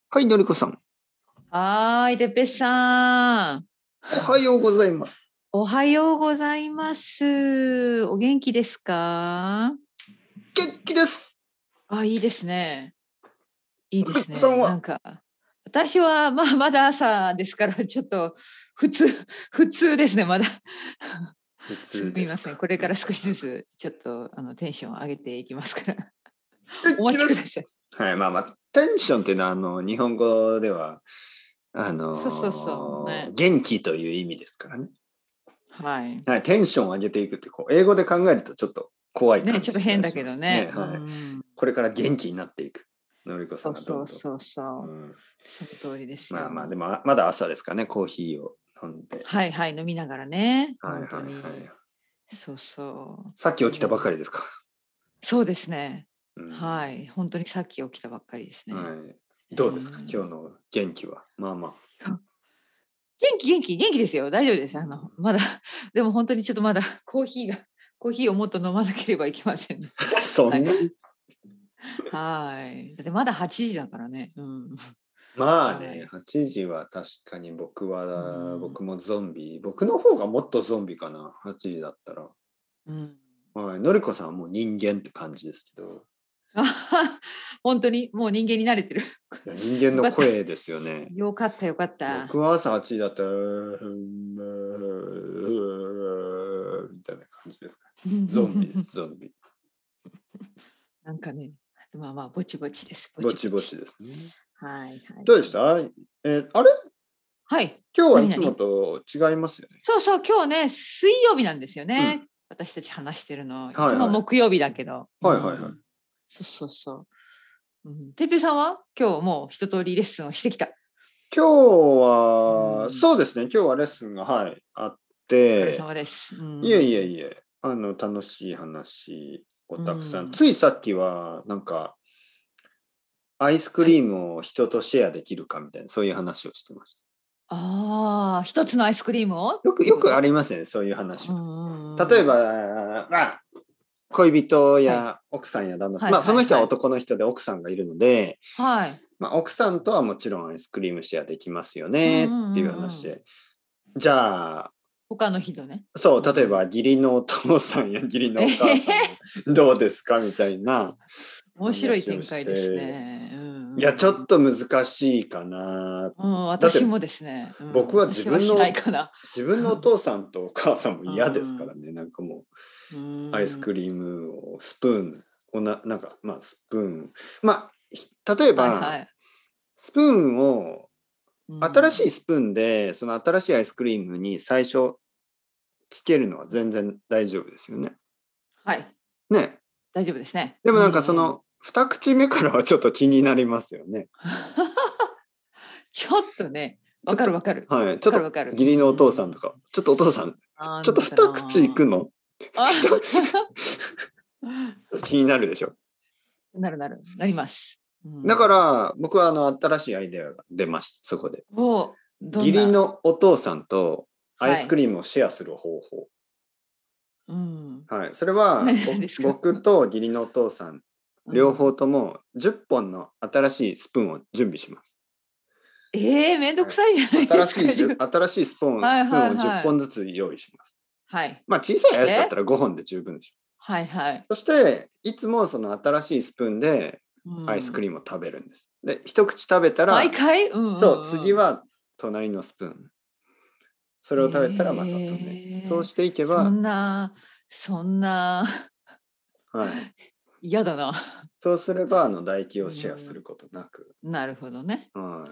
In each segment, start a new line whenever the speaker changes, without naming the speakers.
はい、のりこさん。
はーい、てっぺさん。
おはようございます。
おはようございます。お元気ですか？
元気です。
いいですね。いいですね。
のりこさんは。
なんか、私は、まだ朝ですから、ちょっと、普通ですね、まだ。
普
す
通ですか。
みません。これから少しずつ、ちょっと、テンション上げていきますから。お
元気です。
待ちください。
はい、テンションっていうのは、日本語では、
そうね。
元気という意味ですからね。
はい。
はい、テンションを上げていくって、英語で考えるとちょっと怖い
ね、
感
ちょっと変だ
じがし
けどね。
ますね。はい。これから元気になっていく。のりこさんがどんどん。
その通りですよ。
でも、まだ朝ですかね、コーヒーを飲んで。
はいはい、飲みながらね。
はいはい
本当に。
はい。
そう。
さっき起きたばかりですか。
そうですね。
うん、
はい。本当にさっき起きたばっかりですね。
はい。どうですか、今日の元気は。
元気ですよ。大丈夫です。まだ、でも本当にちょっとまだコーヒーをもっと飲まなければいけませんね。
そんなに。
はい。だってまだ8時だからね。
ね、8時は確かに僕もゾンビ。僕の方がもっとゾンビかな、8時だったら。はい、のりこさんはもう人間って感じですけど。
本当にもう人間に慣れてる。
いや、人間の声ですよね。
よかったよかった。
僕は朝8時だったら、みたいな感じですか。ゾンビです、ゾンビ。
なんかね、ぼちぼちです。
ぼちぼちですね。
はい。
どうでした？あれ？
はい。
今日はいつもと違いますよね。
そう、今日ね、水曜日なんですよね。私たち話してるの。いつも木曜日だけど。そう。てっぺいさんは今日もう一通りレッスンをしてきた。
今日は、そうですね。今日はレッスンが、あって。
お疲れ様です。
いえ。楽しい話をたくさん。ついさっきは、なんか、アイスクリームを人とシェアできるかみたいな、そういう話をしてました。
一つのアイスクリームを
よくありますよね、そういう話は。例えば、恋人や奥さんや旦那さん、その人は男の人で奥さんがいるので、奥さんとはもちろんアイスクリームシェアできますよねっていう話で、じゃあ
他の人ね。
そう、例えば義理のお父さんや義理のお母さんどうですかみたいな
面白い展開ですね。
いやちょっと難しいかな。
私もですね。
僕は自分のお父さんとお母さんも嫌ですからね。なんかもうアイスクリームをスプーンスプーン例えばスプーンを新しいスプーンでその新しいアイスクリームに最初つけるのは全然大丈夫ですよね。
はい。
ね。
大丈夫ですね。
でもなんかその2口目からはちょっと気になりますよね。
ちょっとね、わかる。
はい。ちょっと義理のお父さんとか、ちょっとお父さん、ちょっと2口いくの気になるでしょ。
なります。
だから僕は新しいアイデアが出ました、そこで。義理のお父さんとアイスクリームをシェアする方法。はい。それは僕と義理のお父さん両方とも10本の新しいスプーンを準備します。
めんどくさいじゃないですか。
新しいスプーンを10本ずつ用意します。
はい。
小さいやつだったら5本で十分でしょ。
はい。
そしていつもその新しいスプーンでアイスクリームを食べるんです。で、一口食べたら、
毎回、
そう、次は隣のスプーン。それを食べたらまた隣。そうしていけば。
そんな。
はい。
嫌だな。
そうすれば唾液をシェアすることなく。
なるほどね。はい。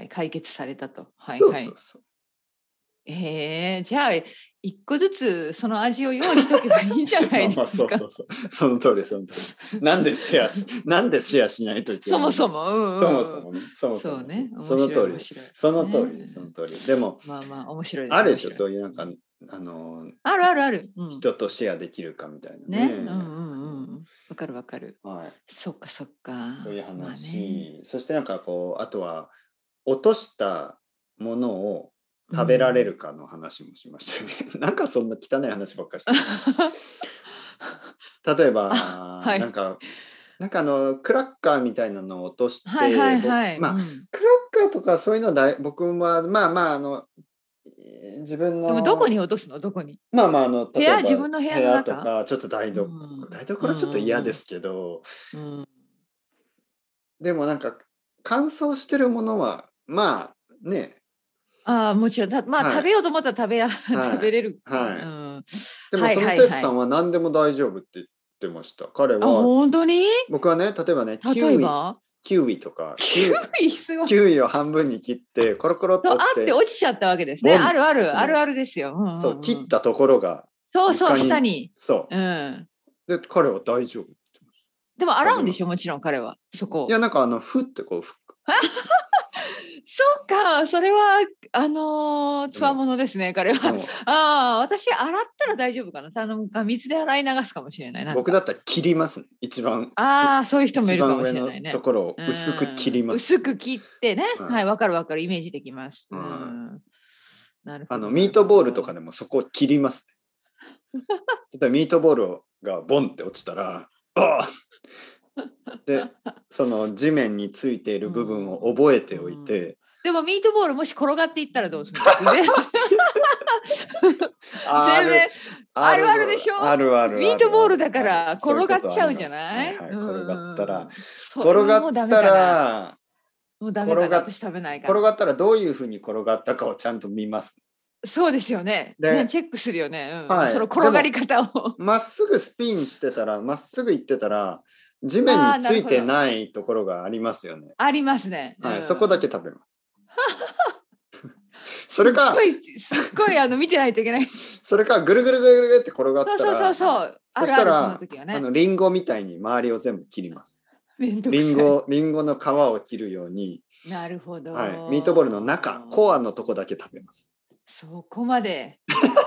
解決されたと。はい。
そう。
じゃあ一個ずつその味を用意しとけばいいんじゃないですか。
そう。その通り。なんでシェアしないといけない。
そもね。そうね。
その通り。その通り。でも
面白いです。
あるでしょ、そういうなんか
ある。
人とシェアできるかみたいなね。
わかる。
はい。
そっか。
そういう話。そしてなんかあとは落としたものを食べられるかの話もしましたね。なんかそんな汚い話ばっかりして例えば、なんかなんかクラッカーみたいなのを落として、
はいはいはい。
まあ、クラッカーとかそういうの僕はまあまあ自分の。
でもどこに落とすの？どこに？
まあまあ例えば
自分の部屋
部屋
の中？
とかちょっと台所はちょっと嫌ですけど、でもなんか乾燥してるものはまあね。
ああ、もちろんまあ、食べようと思ったら食べれる。
はい。でもその生徒さんは何でも大丈夫って言ってました。彼は。
本当に？
僕はね、例えばね、キウイとかキウイを半分に切ってコロコロっと落ちて、
落ちちゃったわけですね。あるあるですよ。
そう、切ったところが
下に。
そう。で彼は大丈夫。
でも洗うんでしょ、もちろん彼はそこ。
いや、なんかふってこう
そうか、それはつわものですね、彼は。私洗ったら大丈夫かな。頼むか、水で洗い流すかもしれない。
僕だったら切りますね、一番。
そういう人もいるかもしれないね。
ところを薄く切ります。
薄く切ってね。はい、わかるイメージできます。
なるほど。ミートボールとかでもそこを切りますね。例えばミートボールがボンって落ちたら、でその地面についている部分を覚えておいて。
でもミートボールもし転がっていったらどうするんですか？全然あるあるでしょ。
あるある。
ミートボールだから転がっちゃうじゃない？
転がったら
もうダメかな。私食べないから。
転がったらどういうふうに転がったかをちゃんと見ます。
そうですよね。チェックするよね。その転がり方を。
まっすぐスピンしてたら、まっすぐ行ってたら地面についてないところがありますよね。
ありますね。
はい、そこだけ食べます。それか
すっごい見てないといけない。
それかぐるぐるぐるぐるって転がったら、
そう。
そしたらリンゴみたいに周りを全部切ります。リンゴの皮を切るように。
なるほど。
はい、ミートボールの中、コアのとこだけ食べます。
そこまで。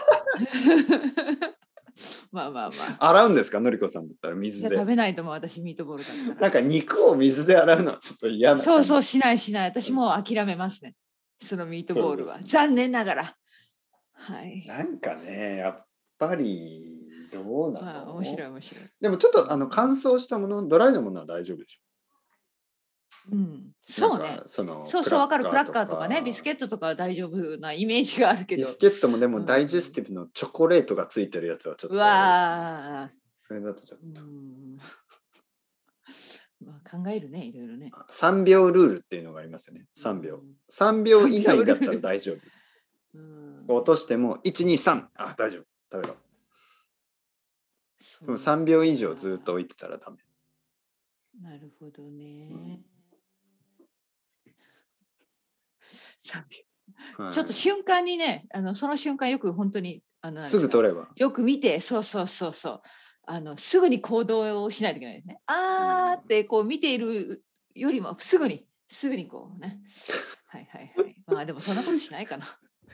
まあ。
洗うんですか、のりこさんだったら水で。
食べないと思う、私ミートボールだったら。
なんか肉を水で洗うのはちょっと嫌な。
そうしない。私もう諦めますね。そのミートボールは、残念ながら。はい。
なんかね、やっぱりどうなの？
面白い。
でもちょっと乾燥したもの、ドライなものは大丈夫でしょ。
そうね。そうわかる。クラッカーとかね、ビスケットとかは大丈夫なイメージがあるけど。
ビスケットもでもダイジェスティブのチョコレートがついてるやつはちょっと。それだとちょっと。
考えるね、いろいろね。
3秒ルールっていうのがありますよね。3秒以内だったら大丈夫。落としても1、2、3、大丈夫、食べろ。でも3秒以上ずっと置いてたらダメ。
なるほどね。3秒。ちょっと瞬間にね、その瞬間よく本当に
すぐ取れば。
よく見て、そう。すぐに行動をしないといけないですね。ってこう見ているよりもすぐにこうね。はい。まあでもそんなことしないかな。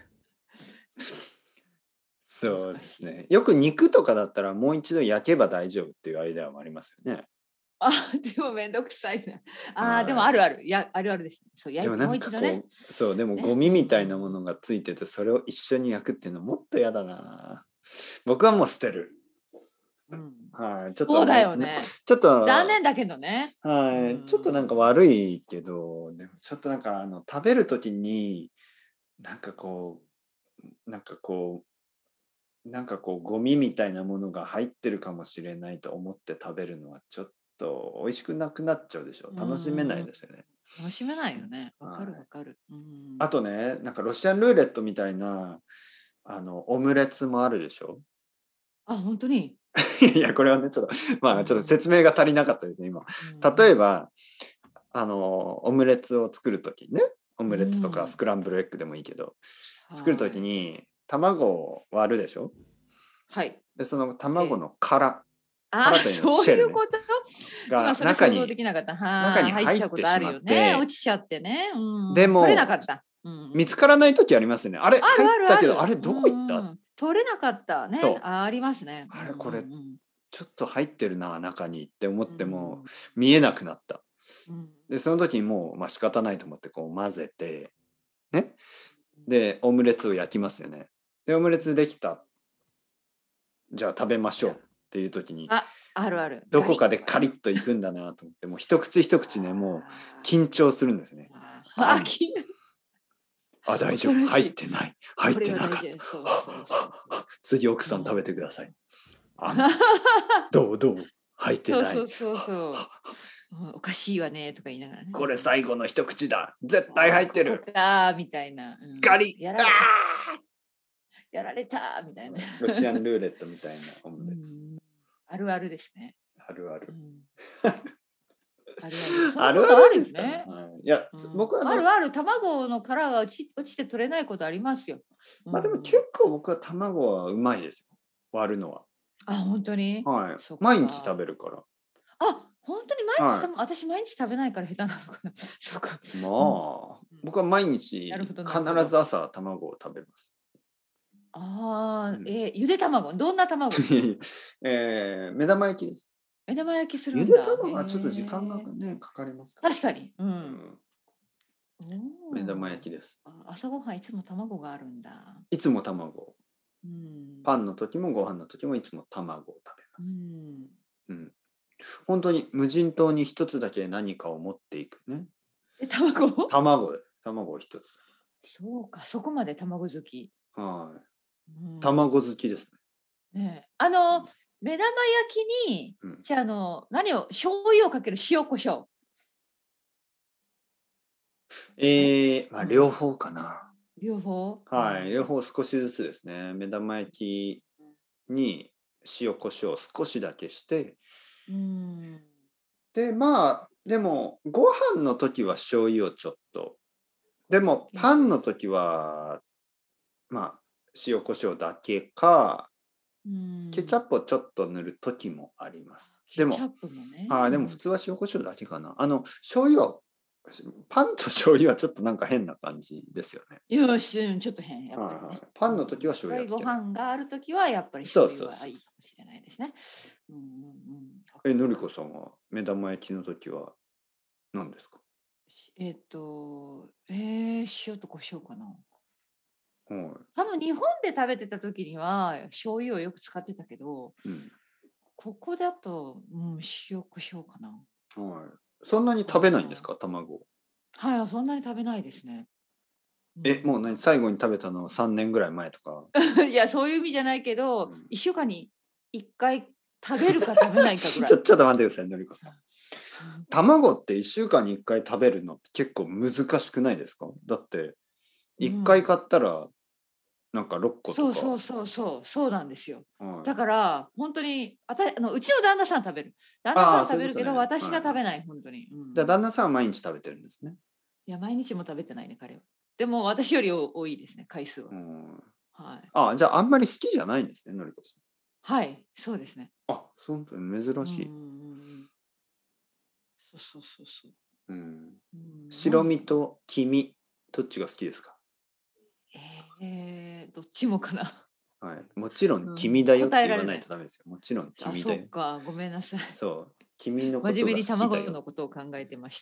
そうですね。よく肉とかだったらもう一度焼けば大丈夫っていうアイデアもありますよね。
でもめんどくさいな。でもあるあるですね。そう、焼いてもう一度ね。
そう、でもゴミみたいなものがついててそれを一緒に焼くっていうのもっと嫌だな。僕はもう捨てる。はい、ちょっと、
そうだよね。
ちょっと
残念だけどね。
はい、ちょっとなんか悪いけど、でもちょっとなんか食べるときになんかこうゴミみたいなものが入ってるかもしれないと思って食べるのはちょっと美味しくなくなっちゃうでしょ。楽しめないですよね。
楽しめないよね。わかる。
あとね、なんかロシアンルーレットみたいなオムレツもあるでしょ。
本当に。
いや、これはねちょっと説明が足りなかったですね今。例えばオムレツを作るときね、オムレツとかスクランブルエッグでもいいけど、作るときに卵を割るでしょ。はい。でその卵の殻
というのそういうことが中に入っちゃうことあるよね。落ちちゃってね。
でも
取れなかった。
見つからない時ありますよね。あれ入ったけどあれどこ行った？
取れなかったね。ありますね。
あれこれちょっと入ってるな中にって思っても見えなくなった。でその時にもう仕方ないと思ってこう混ぜてね。でオムレツを焼きますよね。でオムレツできた。じゃあ食べましょうっていう時に
あるある。
どこかでカリッといくんだなと思って、もう一口一口ね、もう緊張するんですね。
あ、
大丈夫、入ってない、入ってなかった。次奥さん食べてください。どう入ってない。
おかしいわねとか言いながらね。
これ最後の一口だ。絶対入ってる。
みたいな。
ガリッ。
やられたみたいな。
ロシアンルーレットみたいなオムレツ。
あるあるですね。
あるある。
あるあるですね。
いや、僕は
あるある、卵の殻が落ちて取れないことありますよ。
まあでも結構僕は卵はうまいですよ。割るのは。
あ、本当に？
はい。毎日食べるから。
あ、本当に毎日私毎日食べないから下手なのかな。そうか。
まあ、僕は毎日必ず朝卵を食べます。
ゆで卵、どんな卵？
目玉焼きです。
目玉焼きするんだ。
ゆで卵はちょっと時間がねかかりますから。
確かに。
目玉焼きです。
朝ごはんいつも卵があるんだ。
いつも卵。パンの時もご飯の時もいつも卵を食べます。本当に無人島に一つだけ何かを持っていくね。卵を一つ。
そうか、そこまで卵好き。
はい。卵好きです
ね。目玉焼きに、じゃあ何を醤油をかける、塩コショ
ウ。まあ両方かな。
両方？
はい、両方少しずつですね。目玉焼きに塩コショウを少しだけして。でまあでもご飯の時は醤油をちょっと。でもパンの時はまあ塩コショウだけか。ケチャップをちょっと塗る時もあります。でも普通は塩コショウだけかな。醤油はパンと醤油はちょっとなんか変な感じですよね。
ちょっと変。やっぱりね。
パンの時は醤油
ご飯がある時はやっぱり醤油はいいかもしれないですね。
のりこさんは目玉焼きの時は何ですか？
塩と胡椒かな。多分日本で食べてた時には醤油をよく使ってたけど、ここだと、塩コショウかな。
そんなに食べないんですか、卵？
はい、そんなに食べないですね。
もう最後に食べたの3年ぐらい前とか？
いや、そういう意味じゃないけど、1週間に1回食べるか食べないかぐらい。
ちょっと待ってください、のりこさん。卵って1週間に1回食べるのって結構難しくないですか？だって1回買ったらなんか6個とか。
そうなんですよ。だから本当にうちの旦那さん食べる。旦那さん食べるけど、私が食べない、本当に。
じゃあ旦那さんは毎日食べてるんですね。
いや、毎日も食べてないね、彼は。でも私より多いですね、回数は。
じゃああんまり好きじゃないんですね、のりこさん。
はい、そうですね。
そう珍しい。白身と黄身、どっちが好きですか？
どっちもかな。
もちろん黄身だよって言わないとダメですよ。もちろん黄身だよ。
そうか、ごめんなさい。
そう、黄身のことが好きだよ。
真面目に卵のことを考えてました。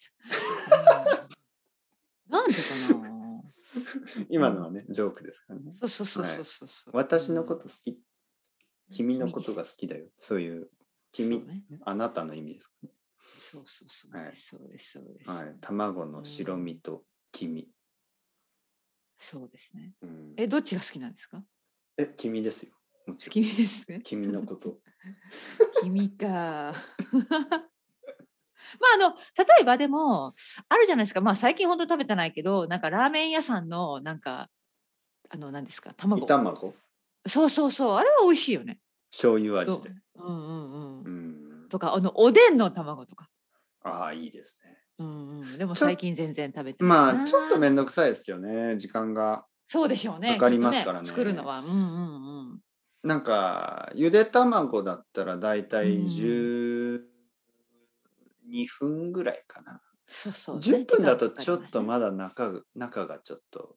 なんでかな。
今のはね、ジョークですからね。私のこと好き。君のことが好きだよ。そういう君、あなたの意味ですかね。
そうです。
卵の白身と黄身。
そうですね。どっちが好きなんですか？
君ですよ。もちろん。
君ですね。
君のこと。
君か。例えばでもあるじゃないですか。最近本当食べてないけど、なんかラーメン屋さんのなんか何ですか、卵。そう。あれは美味しいよね。
醤油味で。
とかおでんの卵とか。
いいですね。
でも最近全然食べてない。
ちょっとめんどくさいですよね、時間が。
そうでしょうね。
かかりますからね。
作るのは。
なんかゆで卵だったらだいたい12分ぐらいかな。10分だとちょっとまだ中がちょっと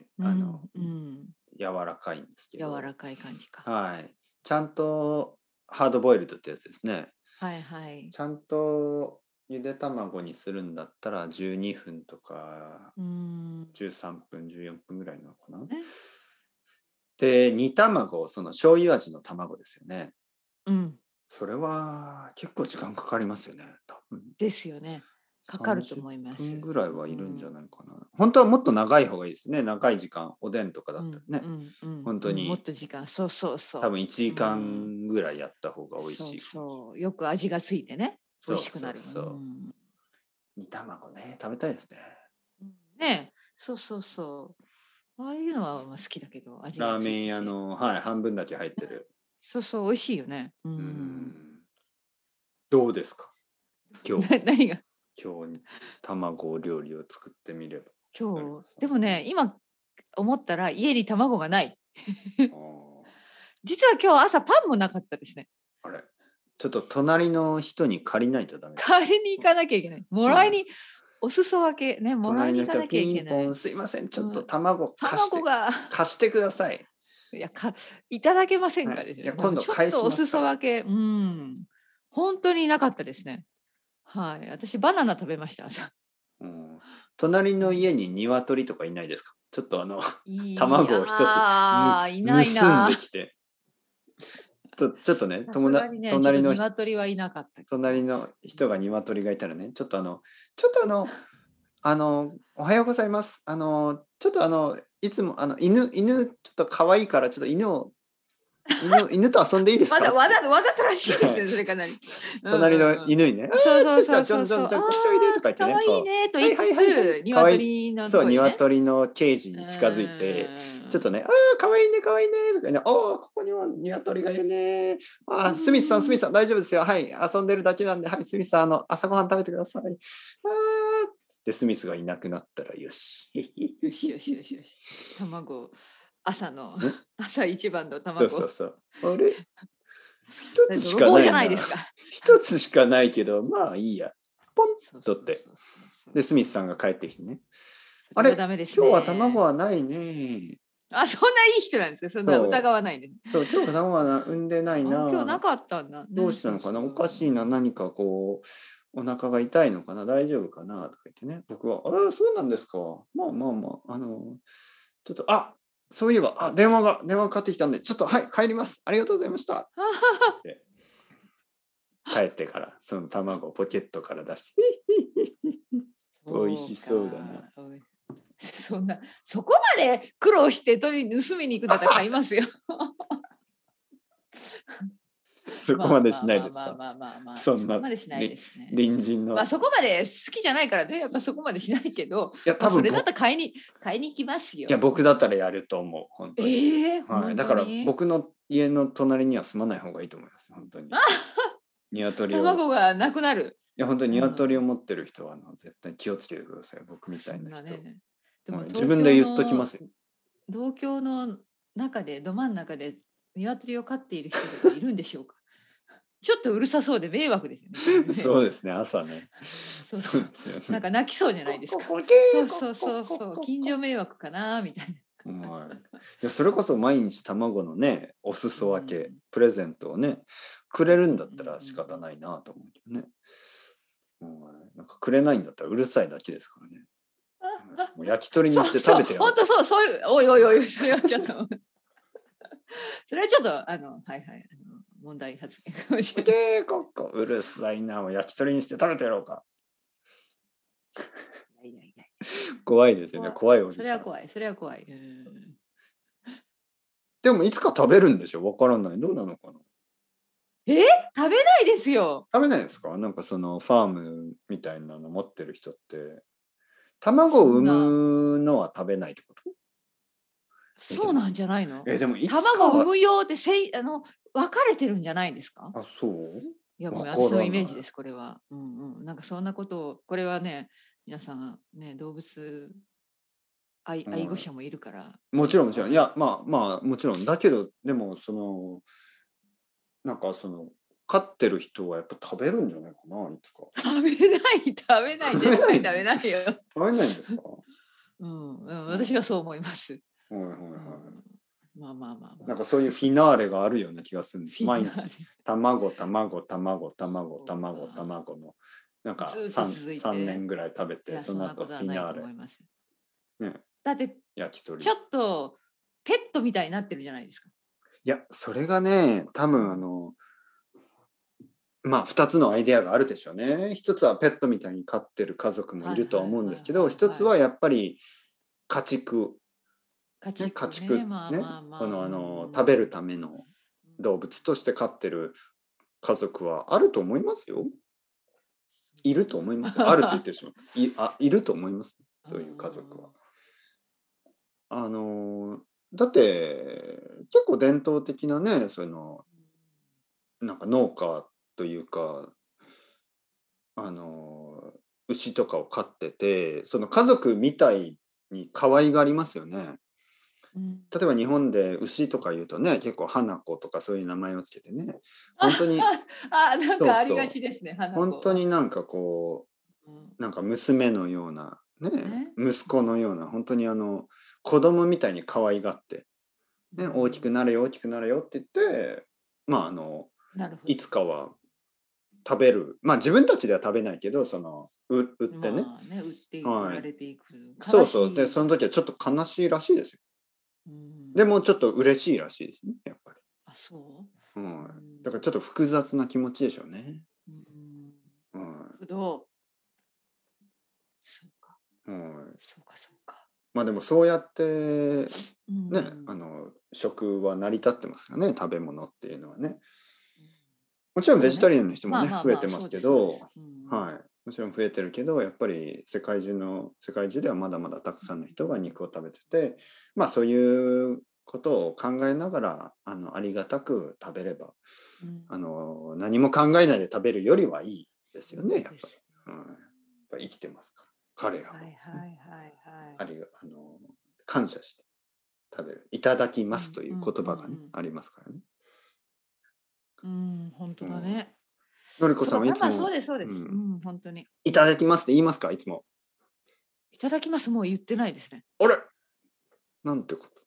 柔らかいんですけど。
柔らかい感じか。
ちゃんとハードボイルドってやつですね。ちゃんとゆで卵にするんだったら12分とか13分14分ぐらいなのかな。で煮卵、その醤油味の卵ですよね。 それは結構時間かかりますよね、多分。
ですよね。かかると思います。
30分ぐらいはいるんじゃないかな。本当はもっと長い方がいいですね。長い時間、おでんとかだったらね。本当に。
もっと時間、そうそうそう。
多分1時間ぐらいやった方が美味しい。
そう、よく味がついてね、美味しくなる。
煮卵ね、食べたいですね。
ね、そうそうそう。ああいうのは好きだけど、味が
ラーメン屋の、はい、半分だけ入ってる。
そうそう、美味しいよね。
どうですか今日。
何が
今日卵料理を作ってみれば。
今日、でもね、今思ったら家に卵がない。実は今日朝パンもなかったですね。
あれちょっと隣の人に借りないとダメ。
借りに行かなきゃいけない。もらいに、お裾分けね、もらいに行かなきゃいけない。
ピンポン、すいません、ちょっと卵貸してください。
いや、いただけませんかですよね。
いや、今度返しますから。
ちょっとお裾分け、本当になかったですね。はい、私バナナ食べました朝。
隣の家に鶏とかいないですか？ちょっと卵を一つ盗んできて。ちょっとね、
隣の鶏はいなかった。
隣の人が鶏がいたらね、ちょっとおはようございます。ちょっといつも犬ちょっと可愛いからちょっと犬と遊んでいいですか？
わざとらしいですよ、それかなり。
隣の犬にね、
そう、
こっちおいでとか言ってね、
可愛いねと言いつつ、鶏の
そう、鶏のケージに近づいて、ちょっとね、可愛いねとかね、ここにも鶏がいるね。スミスさん大丈夫ですよ。はい、遊んでるだけなんで、はい、スミスさん朝ごはん食べてください。でスミスがいなくなったらよし。
よし。卵。朝一番の卵。
そう。あれ一つしかないな。一つしかないけど、まあいいや。ポンとって。で、スミスさんが帰ってきてね。あれ、今日は卵はないね。
そんないい人なんですか？そんな疑わないで。
そう、今日卵は産んでないな。
今日なかったんだ。
どうしたのかな？おかしいな。何かお腹が痛いのかな？大丈夫かなとか言ってね。僕は、そうなんですか。まあ。ちょっと、そういえば、電話かかってきたんで、ちょっと、はい、帰ります。ありがとうございました。帰ってから、その卵をポケットから出して、美味しそうだな。
そこまで苦労して盗みに行くんだったら買いますよ。
そこまでしないですか？
そこまでしないですね。
隣人の。
そこまで好きじゃないからね、やっぱそこまでしないけど、多分それだったら買いに行きますよ。
いや、僕だったらやると思う、本当に。
はい、
だから僕の家の隣には住まない方がいいと思います、本当に。
卵がなくなる。
いや、本当に鶏を持ってる人は絶対気をつけてください、僕みたいな人。でも自分で言っときますよ。
同居の中で、ど真ん中で鶏を飼っている人がいるんでしょうか？ちょっとうるさそうで迷惑ですよね。
そうですね、朝ね。
そうですよね。なんか泣きそうじゃないですか。そう、近所迷惑かなみたい
な。それこそ毎日卵のね、お裾分け、プレゼントをね、くれるんだったら仕方ないなと思うけどね。なんかくれないんだったらうるさいだけですからね。もう焼き鳥にして食べてよ。
本当そういう、おい、それはちょっと。それはちょっと問題発言かもしれない。
うるさいな、焼き鳥にして食べてやろうか。怖いですよね、怖いおじさん。
それは怖い。
でもいつか食べるんでしょ？わからない。どうなのかな？
食べないですよ。
食べないですか？なんかそのファームみたいなの持ってる人って卵を産むのは食べないってこと？
そうなんじゃないの？
でもいつか
卵を産むよって分かれてるんじゃないですか？
そう？
いや、私のイメージです、これは。なんかそんなことを、これはね、皆さんね、動物愛護者もいるから。
もちろん。いや、まあもちろんだけど、でもなんか飼ってる人はやっぱ食べるんじゃないかな、いつか。
食べない絶対食べないよ。
食べないんですか？
私はそう思います。まあ。
なんかそういうフィナーレがあるような気がする。毎日卵のなんか 3年ぐらい食べて、その後フィナーレ。
だって
焼き鳥。
ちょっとペットみたいになってるじゃないですか。
いや、それがね、多分まあ2つのアイデアがあるでしょうね。一つはペットみたいに飼ってる家族もいるとは思うんですけど、一つはやっぱり家畜、
家
ね、家
畜
畜
ね、まあ
ね、
まあまあ、
食べるための動物として飼ってる家族はあると思いますよ。いると思いますよ。あるって言ってしまう。いると思います。そういう家族は。だって結構伝統的なね、なんか農家というか、牛とかを飼ってて、その家族みたいに可愛がりますよね。例えば日本で牛とか言うとね、結構花子とかそういう名前をつけてね、本当に
なんかありがちですね、花子は。
本当になんかこう、なんか娘のようなね、息子のような本当に子供みたいに可愛がって、ね、大きくなれよ大きくなれよって言って、まあいつかは食べる、まあ自分たちでは食べないけど、売ってね、
まあね、売って売られていく。
そうそう。でその時はちょっと悲しいらしいですよ。でもちょっと嬉しいらしいですね、やっぱり。
あ、そう。
だからちょっと複雑な気持ちでしょうね。
そうか。そうか。
まあでもそうやってね、食は成り立ってますよね、食べ物っていうのはね。もちろんベジタリアンの人もね、増えてますけど、はい。もちろん増えてるけど、やっぱり世界中ではまだまだたくさんの人が肉を食べてて、まあそういうことを考えながらありがたく食べれば、何も考えないで食べるよりはいいですよね、やっぱり。やっぱり生きてますから彼らは、感謝して食べる。いただきますという言葉がね、ありますからね。
本当だね。
のりこさんはいつも、
そうです。本当に。
いただきますって言いますか、いつも。
いただきますもう言ってないですね。
あれ、なんてこと。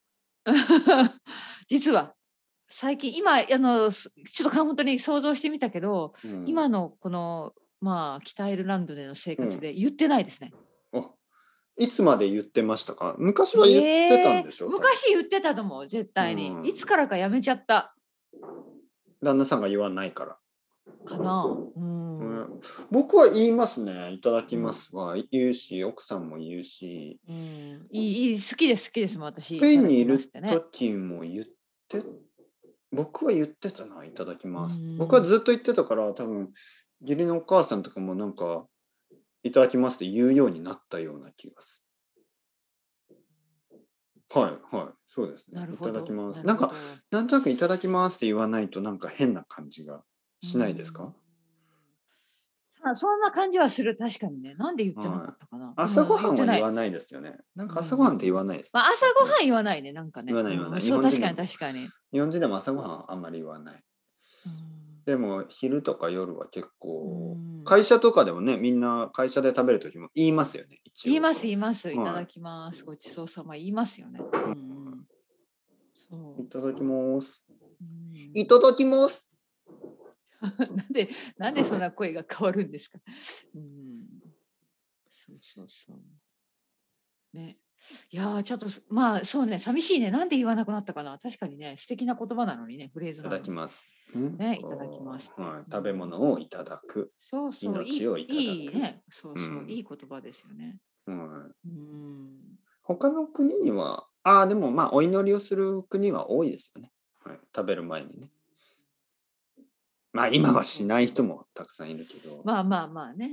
実は最近今ちょっと本当に想像してみたけど、今のこの北アイルランドでの生活で言ってないですね。
いつまで言ってましたか？昔は言ってたんでしょ？
昔言ってたと思う、絶対に。いつからかやめちゃった。
旦那さんが言わないから
かな。
僕は言いますね。いただきますは言うし、奥さんも言うし。
好きですもん、私。
スペインにいる時も僕は言ってたな、いただきます。僕はずっと言ってたから、多分義理のお母さんとかもなんかいただきますって言うようになったような気がする。はい、そうですね。いただきます。なんとなくいただきますって言わないとなんか変な感じがしないですか？
そんな感じはする。確かにね。なんで言ってなかったかな。
朝ごはんは言わないですよね。なんか朝ごはんって言わないです。
朝ごはん言わないね。なんかね。
言わない。
そう、確かに。
日本人でも朝ごはんあんまり言わない。でも昼とか夜は結構、会社とかでもね、みんな会社で食べるときも言いますよね。
言います。いただきます。ごちそうさま言いますよね。
いただきます。いただきます。
なんでそんな声が変わるんですか。そうね。いやちょっとそうね、寂しいね。なんで言わなくなったかな。確かにね、素敵な言葉なのにね、フレーズなのに。
いただきます。
ね、いただきます。
食べ物をいただく。命をいただく。
いいね。いい言葉ですよね。
他の国には、でもお祈りをする国は多いですよね。食べる前にね。今はしない人もたくさんいるけど。
ね。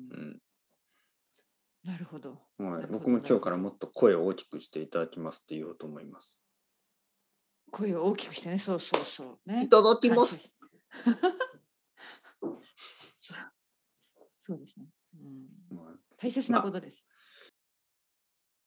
なるほど。
僕も今日からもっと声を大きくしていただきますって言おうと思います。
声を大きくしてね。そうね。
いただきます。
そうですね。大切なことです。